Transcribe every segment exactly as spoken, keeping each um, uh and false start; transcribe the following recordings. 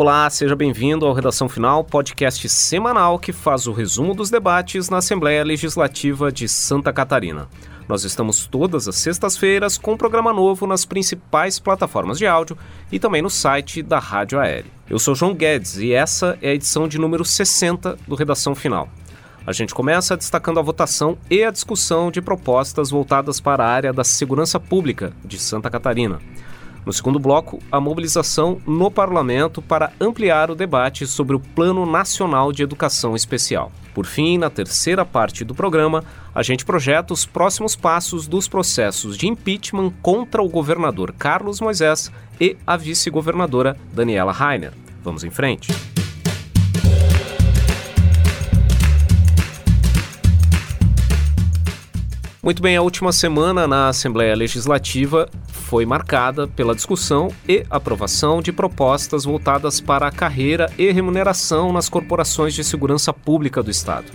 Olá, seja bem-vindo ao Redação Final, podcast semanal que faz o resumo dos debates na Assembleia Legislativa de Santa Catarina. Nós estamos todas as sextas-feiras com um programa novo nas principais plataformas de áudio e também no site da Rádio A L. Eu sou João Guedes e essa é a edição de número sessenta do Redação Final. A gente começa destacando a votação e a discussão de propostas voltadas para a área da segurança pública de Santa Catarina. No segundo bloco, a mobilização no Parlamento para ampliar o debate sobre o Plano Nacional de Educação Especial. Por fim, na terceira parte do programa, a gente projeta os próximos passos dos processos de impeachment contra o governador Carlos Moisés e a vice-governadora Daniela Rainer. Vamos em frente. Muito bem, a última semana na Assembleia Legislativa foi marcada pela discussão e aprovação de propostas voltadas para a carreira e remuneração nas corporações de segurança pública do Estado.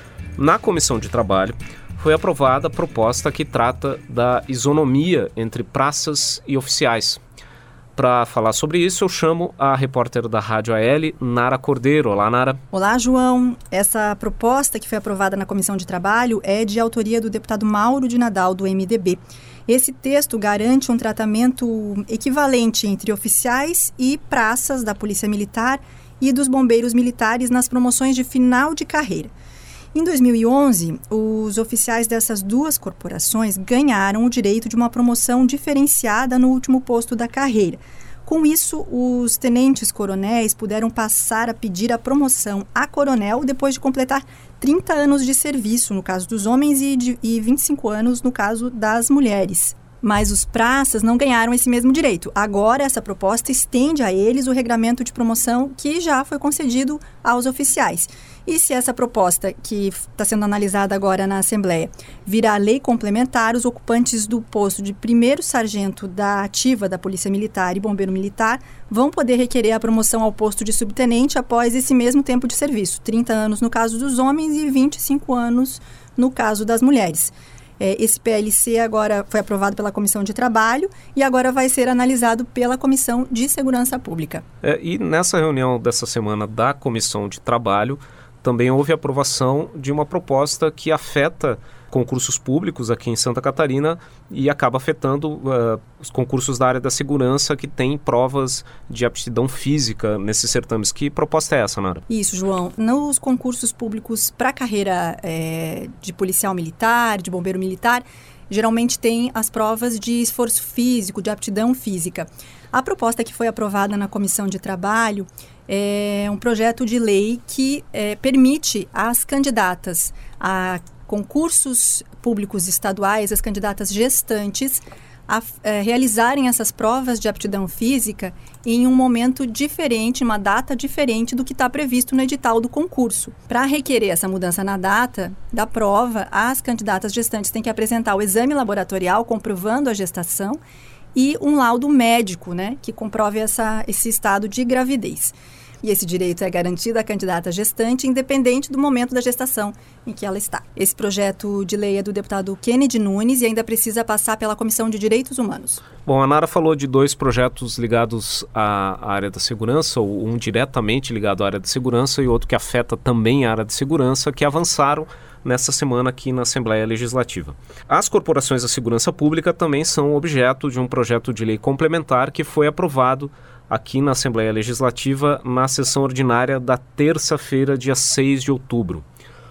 Na Comissão de Trabalho, foi aprovada a proposta que trata da isonomia entre praças e oficiais. Para falar sobre isso, eu chamo a repórter da Rádio A L, Nara Cordeiro. Olá, Nara. Olá, João. Essa proposta que foi aprovada na Comissão de Trabalho é de autoria do deputado Mauro de Nadal, do M D B. Esse texto garante um tratamento equivalente entre oficiais e praças da Polícia Militar e dos bombeiros militares nas promoções de final de carreira. Em dois mil e onze, os oficiais dessas duas corporações ganharam o direito de uma promoção diferenciada no último posto da carreira. Com isso, os tenentes-coronéis puderam passar a pedir a promoção a coronel depois de completar trinta anos de serviço, no caso dos homens, e, de, e vinte e cinco anos no caso das mulheres. Mas os praças não ganharam esse mesmo direito. Agora, essa proposta estende a eles o regramento de promoção que já foi concedido aos oficiais. E se essa proposta, que está sendo analisada agora na Assembleia, virar lei complementar, os ocupantes do posto de primeiro sargento da ativa da Polícia Militar e bombeiro militar vão poder requerer a promoção ao posto de subtenente após esse mesmo tempo de serviço, trinta anos no caso dos homens e vinte e cinco anos no caso das mulheres. Esse P L C agora foi aprovado pela Comissão de Trabalho e agora vai ser analisado pela Comissão de Segurança Pública. É, e nessa reunião dessa semana da Comissão de Trabalho, também houve aprovação de uma proposta que afeta concursos públicos aqui em Santa Catarina e acaba afetando uh, os concursos da área da segurança que têm provas de aptidão física nesses certames. Que proposta é essa, Nara? Isso, João. Nos concursos públicos para a carreira é, de policial militar, de bombeiro militar, geralmente tem as provas de esforço físico, de aptidão física. A proposta que foi aprovada na Comissão de Trabalho é um projeto de lei que é, permite às candidatas a concursos públicos estaduais, as candidatas gestantes, a, a realizarem essas provas de aptidão física em um momento diferente, uma data diferente do que está previsto no edital do concurso. Para requerer essa mudança na data da prova, as candidatas gestantes têm que apresentar o exame laboratorial comprovando a gestação e um laudo médico, né, que comprove essa, esse estado de gravidez. E esse direito é garantido à candidata gestante, independente do momento da gestação em que ela está. Esse projeto de lei é do deputado Kennedy Nunes e ainda precisa passar pela Comissão de Direitos Humanos. Bom, a Nara falou de dois projetos ligados à área da segurança, um diretamente ligado à área da segurança e outro que afeta também a área de segurança, que avançaram nessa semana aqui na Assembleia Legislativa. As corporações da segurança pública também são objeto de um projeto de lei complementar que foi aprovado aqui na Assembleia Legislativa na sessão ordinária da terça-feira, dia seis de outubro.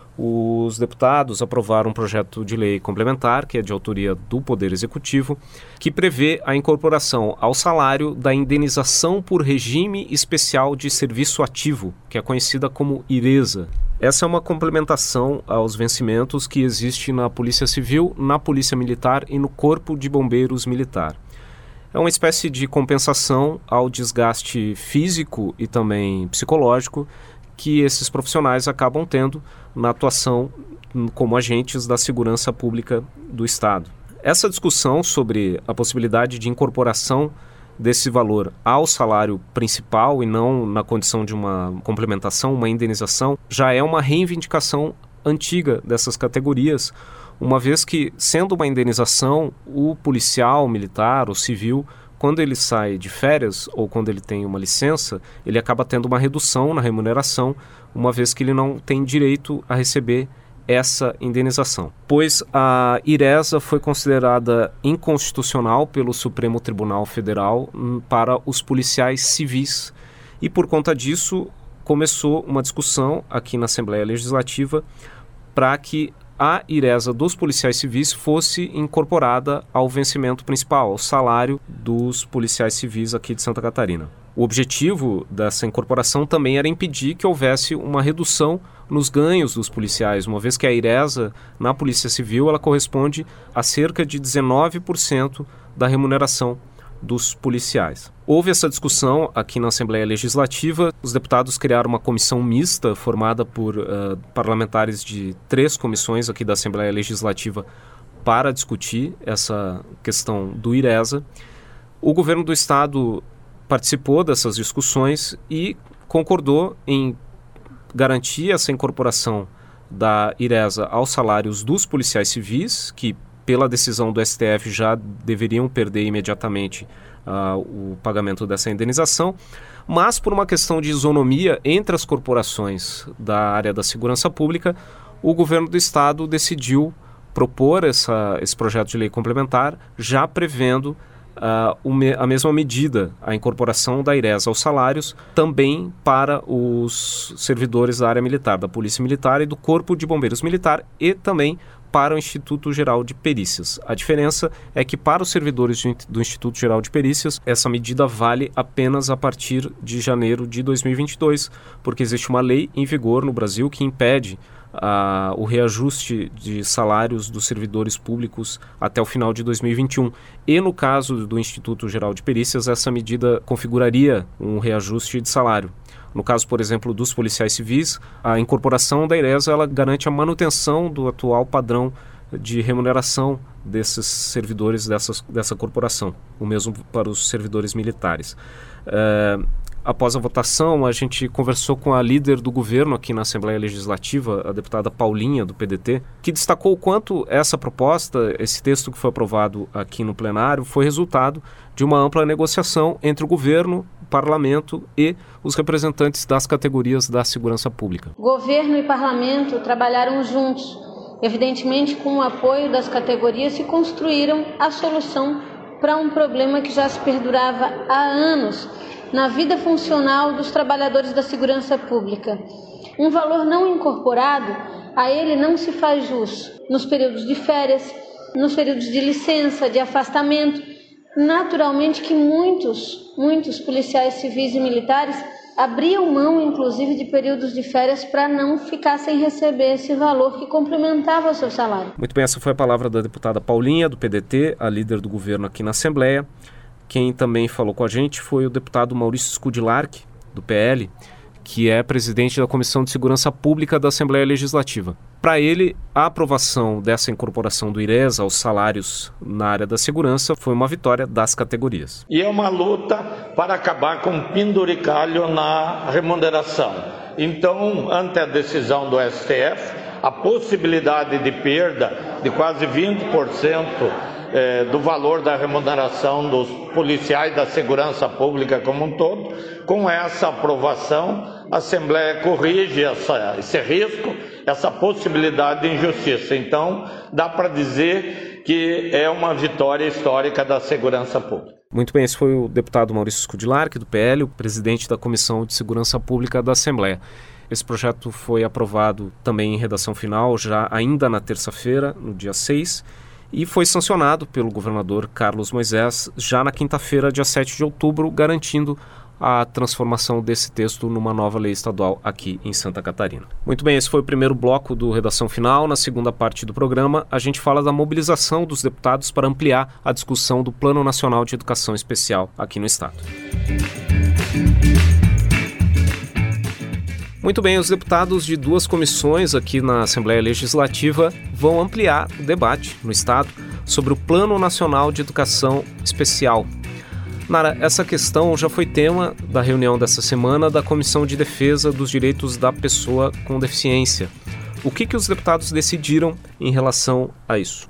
Os deputados aprovaram um projeto de lei complementar, que é de autoria do Poder Executivo, que prevê a incorporação ao salário da indenização por regime especial de serviço ativo, que é conhecida como IRESA. Essa é uma complementação aos vencimentos que existe na Polícia Civil, na Polícia Militar e no Corpo de Bombeiros Militar. É uma espécie de compensação ao desgaste físico e também psicológico que esses profissionais acabam tendo na atuação como agentes da segurança pública do Estado. Essa discussão sobre a possibilidade de incorporação desse valor ao salário principal e não na condição de uma complementação, uma indenização, já é uma reivindicação antiga dessas categorias, uma vez que, sendo uma indenização, o policial, militar ou civil quando ele sai de férias ou quando ele tem uma licença, ele acaba tendo uma redução na remuneração, uma vez que ele não tem direito a receber essa indenização. Pois a IRESA foi considerada inconstitucional pelo Supremo Tribunal Federal para os policiais civis e, por conta disso, começou uma discussão aqui na Assembleia Legislativa para que a IRESA dos policiais civis fosse incorporada ao vencimento principal, ao salário dos policiais civis aqui de Santa Catarina. O objetivo dessa incorporação também era impedir que houvesse uma redução nos ganhos dos policiais, uma vez que a IRESA, na Polícia Civil, ela corresponde a cerca de dezenove por cento da remuneração dos policiais. Houve essa discussão aqui na Assembleia Legislativa. Os deputados criaram uma comissão mista formada por uh, parlamentares de três comissões aqui da Assembleia Legislativa para discutir essa questão do IRESA. O governo do estado participou dessas discussões e concordou em garantir essa incorporação da IRESA aos salários dos policiais civis, que pela decisão do S T F já deveriam perder imediatamente uh, o pagamento dessa indenização, mas por uma questão de isonomia entre as corporações da área da segurança pública, o governo do estado decidiu propor essa, esse projeto de lei complementar, já prevendo uh, a mesma medida, a incorporação da IRESA aos salários, também para os servidores da área militar, da Polícia Militar e do Corpo de Bombeiros Militar, e também para o Instituto Geral de Perícias. A diferença é que para os servidores de, do Instituto Geral de Perícias, essa medida vale apenas a partir de janeiro de dois mil e vinte e dois, porque existe uma lei em vigor no Brasil que impede uh, o reajuste de salários dos servidores públicos até o final de dois mil e vinte e um. E no caso do Instituto Geral de Perícias, essa medida configuraria um reajuste de salário. No caso, por exemplo, dos policiais civis, a incorporação da IRESA ela garante a manutenção do atual padrão de remuneração desses servidores dessas, dessa corporação, o mesmo para os servidores militares. É, após a votação, a gente conversou com a líder do governo aqui na Assembleia Legislativa, a deputada Paulinha, do P D T, que destacou o quanto essa proposta, esse texto que foi aprovado aqui no plenário, foi resultado de uma ampla negociação entre o governo, o parlamento e os representantes das categorias da segurança pública. Governo e parlamento trabalharam juntos, evidentemente com o apoio das categorias e construíram a solução para um problema que já se perdurava há anos na vida funcional dos trabalhadores da segurança pública. Um valor não incorporado, a ele não se faz jus nos períodos de férias, nos períodos de licença, de afastamento. Naturalmente que muitos, muitos policiais civis e militares abriam mão, inclusive, de períodos de férias para não ficar sem receber esse valor que complementava o seu salário. Muito bem, essa foi a palavra da deputada Paulinha, do P D T, a líder do governo aqui na Assembleia. Quem também falou com a gente foi o deputado Maurício Skudlark, do P L, que é presidente da Comissão de Segurança Pública da Assembleia Legislativa. Para ele, a aprovação dessa incorporação do IRESA aos salários na área da segurança foi uma vitória das categorias. E é uma luta para acabar com o penduricalho na remuneração. Então, ante a decisão do S T F, a possibilidade de perda de quase vinte por cento eh, do valor da remuneração dos policiais da segurança pública como um todo, com essa aprovação, a Assembleia corrige essa, esse risco, essa possibilidade de injustiça. Então, dá para dizer que é uma vitória histórica da segurança pública. Muito bem, esse foi o deputado Maurício Skudlark, do P L, o presidente da Comissão de Segurança Pública da Assembleia. Esse projeto foi aprovado também em redação final, já ainda na terça-feira, no dia seis, e foi sancionado pelo governador Carlos Moisés já na quinta-feira, dia sete de outubro, garantindo a transformação desse texto numa nova lei estadual aqui em Santa Catarina. Muito bem, esse foi o primeiro bloco do Redação Final. Na segunda parte do programa, a gente fala da mobilização dos deputados para ampliar a discussão do Plano Nacional de Educação Especial aqui no estado. Muito bem, os deputados de duas comissões aqui na Assembleia Legislativa vão ampliar o debate no estado sobre o Plano Nacional de Educação Especial. Nara, essa questão já foi tema da reunião dessa semana da Comissão de Defesa dos Direitos da Pessoa com Deficiência. O que, que os deputados decidiram em relação a isso?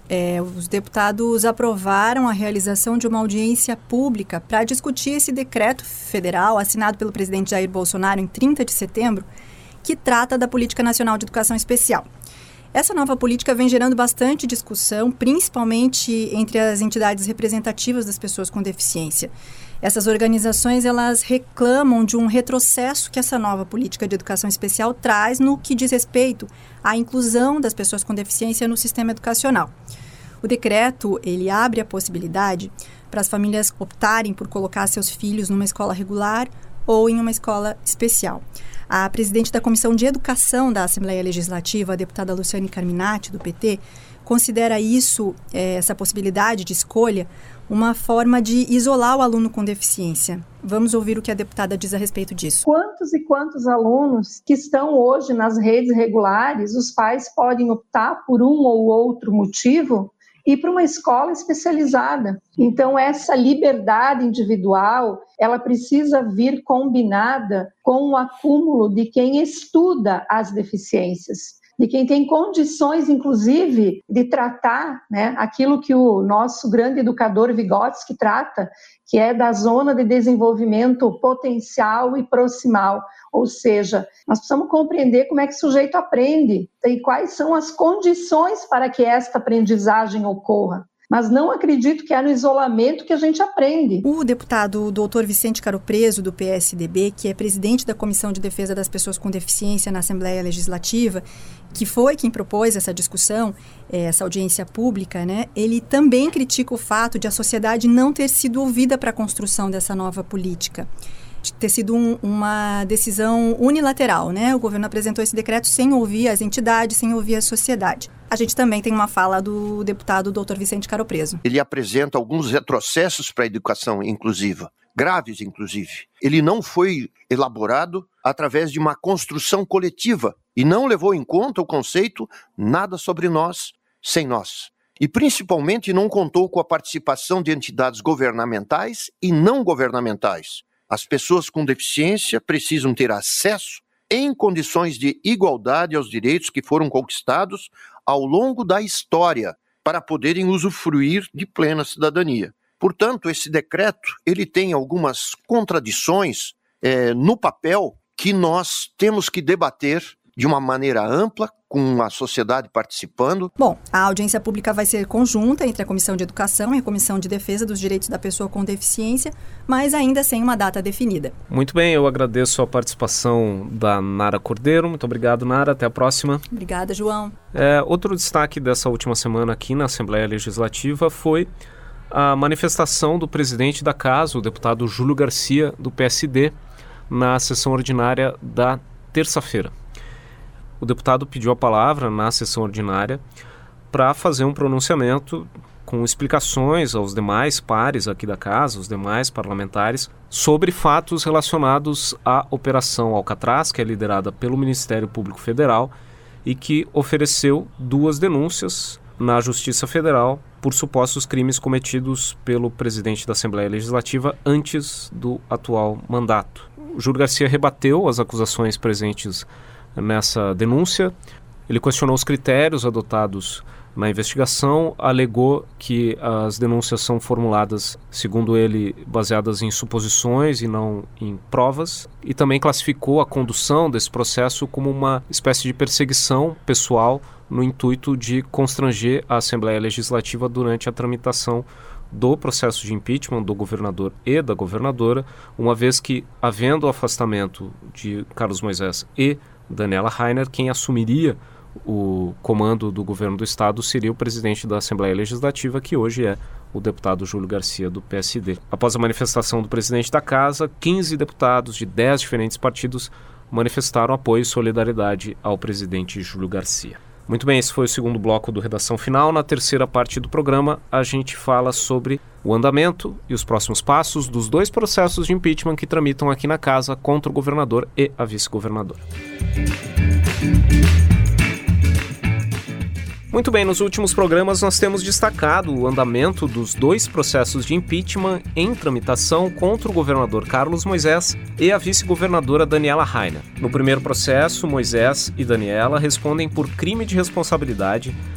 É, os deputados aprovaram a realização de uma audiência pública para discutir esse decreto federal assinado pelo presidente Jair Bolsonaro em trinta de setembro, que trata da Política Nacional de Educação Especial. Essa nova política vem gerando bastante discussão, principalmente entre as entidades representativas das pessoas com deficiência. Essas organizações, elas reclamam de um retrocesso que essa nova política de educação especial traz no que diz respeito à inclusão das pessoas com deficiência no sistema educacional. O decreto, ele abre a possibilidade para as famílias optarem por colocar seus filhos numa escola regular ou em uma escola especial. A presidente da Comissão de Educação da Assembleia Legislativa, a deputada Luciane Carminati, do P T, considera isso, eh, essa possibilidade de escolha, uma forma de isolar o aluno com deficiência. Vamos ouvir o que a deputada diz a respeito disso. Quantos e quantos alunos que estão hoje nas redes regulares, os pais podem optar por um ou outro motivo e para uma escola especializada. Então, essa liberdade individual, ela precisa vir combinada com o acúmulo de quem estuda as deficiências, de quem tem condições, inclusive, de tratar, né, aquilo que o nosso grande educador Vygotsky trata, que é da zona de desenvolvimento potencial e proximal. Ou seja, nós precisamos compreender como é que o sujeito aprende e quais são as condições para que esta aprendizagem ocorra. Mas não acredito que é no isolamento que a gente aprende. O deputado doutor Vicente Caropreso, do P S D B, que é presidente da Comissão de Defesa das Pessoas com Deficiência na Assembleia Legislativa, que foi quem propôs essa discussão, essa audiência pública, né? Ele também critica o fato de a sociedade não ter sido ouvida para a construção dessa nova política. De ter sido um, uma decisão unilateral, né? O governo apresentou esse decreto sem ouvir as entidades, sem ouvir a sociedade. A gente também tem uma fala do deputado doutor Vicente Caropreso. Ele apresenta alguns retrocessos para a educação inclusiva, graves inclusive. Ele não foi elaborado através de uma construção coletiva e não levou em conta o conceito nada sobre nós, sem nós. E principalmente não contou com a participação de entidades governamentais e não governamentais. As pessoas com deficiência precisam ter acesso em condições de igualdade aos direitos que foram conquistados ao longo da história para poderem usufruir de plena cidadania. Portanto, esse decreto ele tem algumas contradições é, no papel que nós temos que debater de uma maneira ampla, com a sociedade participando. Bom, a audiência pública vai ser conjunta entre a Comissão de Educação e a Comissão de Defesa dos Direitos da Pessoa com Deficiência, mas ainda sem uma data definida. Muito bem, eu agradeço a participação da Nara Cordeiro. Muito obrigado, Nara. Até a próxima. Obrigada, João. É, outro destaque dessa última semana aqui na Assembleia Legislativa foi a manifestação do presidente da Casa, o deputado Júlio Garcia, do P S D, na sessão ordinária da terça-feira. O deputado pediu a palavra na sessão ordinária para fazer um pronunciamento com explicações aos demais pares aqui da casa, os demais parlamentares, sobre fatos relacionados à Operação Alcatraz, que é liderada pelo Ministério Público Federal e que ofereceu duas denúncias na Justiça Federal por supostos crimes cometidos pelo presidente da Assembleia Legislativa antes do atual mandato. O Júlio Garcia rebateu as acusações presentes nessa denúncia. Ele questionou os critérios adotados na investigação, alegou que as denúncias são formuladas, segundo ele, baseadas em suposições e não em provas, e também classificou a condução desse processo como uma espécie de perseguição pessoal no intuito de constranger a Assembleia Legislativa durante a tramitação do processo de impeachment do governador e da governadora, uma vez que, havendo o afastamento de Carlos Moisés e Daniela Rainer, quem assumiria o comando do governo do estado seria o presidente da Assembleia Legislativa, que hoje é o deputado Júlio Garcia, do P S D. Após a manifestação do presidente da casa, quinze deputados de dez diferentes partidos manifestaram apoio e solidariedade ao presidente Júlio Garcia. Muito bem, esse foi o segundo bloco do Redação Final. Na terceira parte do programa, a gente fala sobre o andamento e os próximos passos dos dois processos de impeachment que tramitam aqui na casa contra o governador e a vice-governadora. Muito bem, nos últimos programas nós temos destacado o andamento dos dois processos de impeachment em tramitação contra o governador Carlos Moisés e a vice-governadora Daniela Rainer. No primeiro processo, Moisés e Daniela respondem por crime de responsabilidade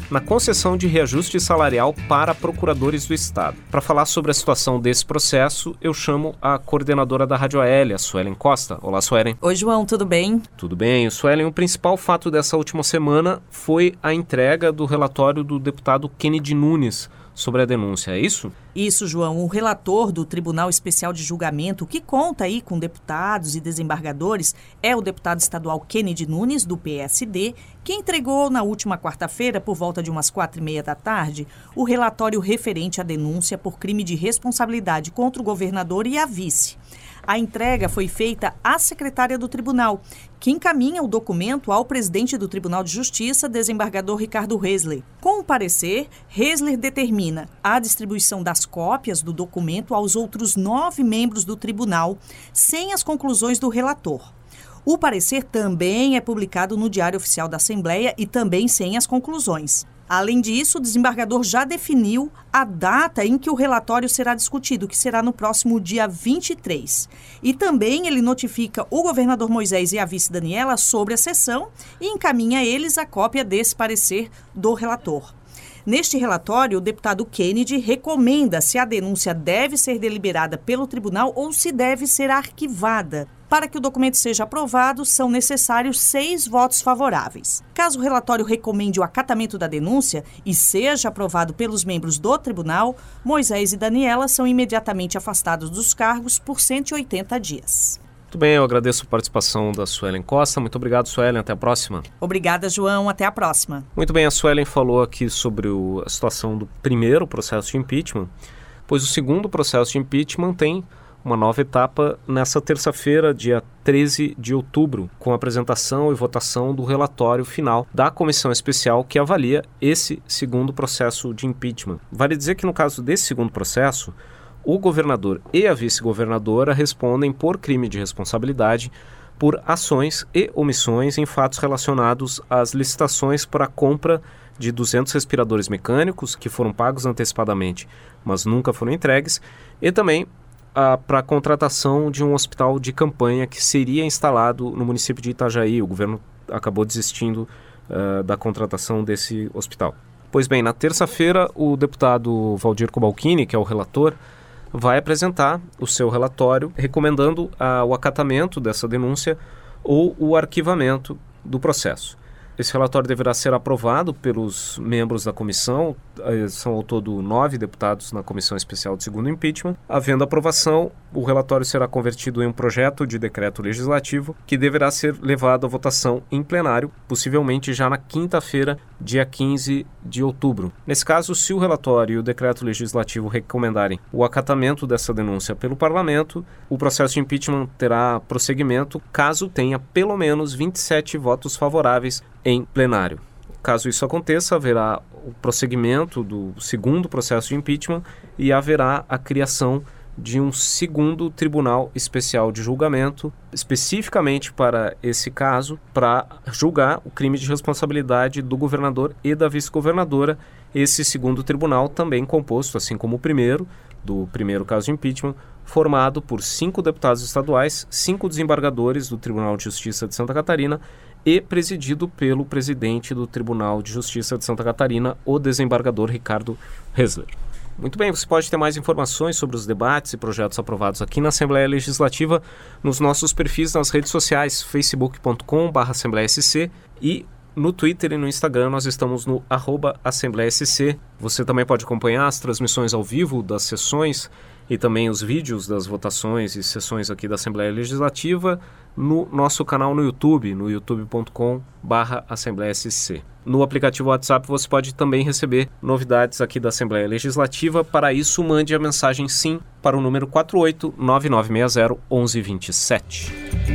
na concessão de reajuste salarial para procuradores do Estado. Para falar sobre a situação desse processo, eu chamo a coordenadora da Rádio A L, a Suelen Costa. Olá, Suelen. Oi, João, tudo bem? Tudo bem. Suelen, o principal fato dessa última semana foi a entrega do relatório do deputado Kennedy Nunes sobre a denúncia, é isso? Isso, João. O relator do Tribunal Especial de Julgamento, que conta aí com deputados e desembargadores, é o deputado estadual Kennedy Nunes, do P S D, que entregou na última quarta-feira, por volta de umas quatro e meia da tarde, o relatório referente à denúncia por crime de responsabilidade contra o governador e a vice. A entrega foi feita à secretária do tribunal, que encaminha o documento ao presidente do Tribunal de Justiça, desembargador Ricardo Resler. Com o parecer, Resler determina a distribuição das cópias do documento aos outros nove membros do tribunal, sem as conclusões do relator. O parecer também é publicado no Diário Oficial da Assembleia e também sem as conclusões. Além disso, o desembargador já definiu a data em que o relatório será discutido, que será no próximo dia vinte e três. E também ele notifica o governador Moisés e a vice Daniela sobre a sessão e encaminha a eles a cópia desse parecer do relator. Neste relatório, o deputado Kennedy recomenda se a denúncia deve ser deliberada pelo tribunal ou se deve ser arquivada. Para que o documento seja aprovado, são necessários seis votos favoráveis. Caso o relatório recomende o acatamento da denúncia e seja aprovado pelos membros do tribunal, Moisés e Daniela são imediatamente afastados dos cargos por cento e oitenta dias. Muito bem, eu agradeço a participação da Suelen Costa. Muito obrigado, Suelen. Até a próxima. Obrigada, João. Até a próxima. Muito bem, a Suelen falou aqui sobre o, a situação do primeiro processo de impeachment, pois o segundo processo de impeachment tem uma nova etapa nessa terça-feira, dia treze de outubro, com a apresentação e votação do relatório final da comissão especial que avalia esse segundo processo de impeachment. Vale dizer que no caso desse segundo processo, o governador e a vice-governadora respondem por crime de responsabilidade por ações e omissões em fatos relacionados às licitações para a compra de duzentos respiradores mecânicos que foram pagos antecipadamente, mas nunca foram entregues, e também para a contratação de um hospital de campanha que seria instalado no município de Itajaí. O governo acabou desistindo uh, da contratação desse hospital. Pois bem, na terça-feira, o deputado Valdir Cobalcini, que é o relator, vai apresentar o seu relatório recomendando uh, o acatamento dessa denúncia ou o arquivamento do processo. Esse relatório deverá ser aprovado pelos membros da comissão, são ao todo nove deputados na comissão especial de segundo impeachment. Havendo aprovação, o relatório será convertido em um projeto de decreto legislativo que deverá ser levado à votação em plenário, possivelmente já na quinta-feira, dia quinze de outubro. Nesse caso, se o relatório e o decreto legislativo recomendarem o acatamento dessa denúncia pelo parlamento, o processo de impeachment terá prosseguimento caso tenha pelo menos vinte e sete votos favoráveis em plenário. Caso isso aconteça, haverá o prosseguimento do segundo processo de impeachment e haverá a criação de um segundo tribunal especial de julgamento, especificamente para esse caso, para julgar o crime de responsabilidade do governador e da vice-governadora. Esse segundo tribunal também composto, assim como o primeiro, do primeiro caso de impeachment, formado por cinco deputados estaduais, cinco desembargadores do Tribunal de Justiça de Santa Catarina e presidido pelo presidente do Tribunal de Justiça de Santa Catarina, o desembargador Ricardo Resler. Muito bem, você pode ter mais informações sobre os debates e projetos aprovados aqui na Assembleia Legislativa nos nossos perfis nas redes sociais, facebook ponto com barra assembleia s c, e no Twitter e no Instagram nós estamos no arroba Assembleia S C. Você também pode acompanhar as transmissões ao vivo das sessões e também os vídeos das votações e sessões aqui da Assembleia Legislativa no nosso canal no YouTube, no youtube ponto com barra Assembleia S C. No aplicativo WhatsApp você pode também receber novidades aqui da Assembleia Legislativa. Para isso, mande a mensagem SIM para o número quatro oito nove nove seis zero um um dois sete.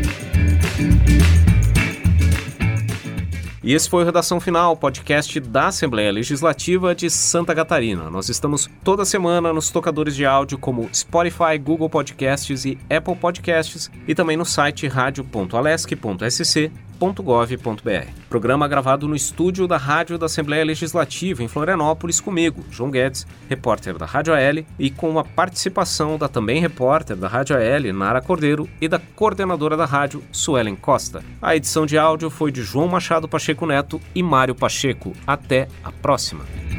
E esse foi o Redação Final, podcast da Assembleia Legislativa de Santa Catarina. Nós estamos toda semana nos tocadores de áudio como Spotify, Google Podcasts e Apple Podcasts, e também no site radio ponto alesc ponto s c ponto gov ponto br. Programa gravado no estúdio da Rádio da Assembleia Legislativa em Florianópolis comigo, João Guedes, repórter da Rádio A L, e com a participação da também repórter da Rádio A L, Nara Cordeiro, e da coordenadora da rádio, Suelen Costa. A edição de áudio foi de João Machado Pacheco Neto e Mário Pacheco. Até a próxima.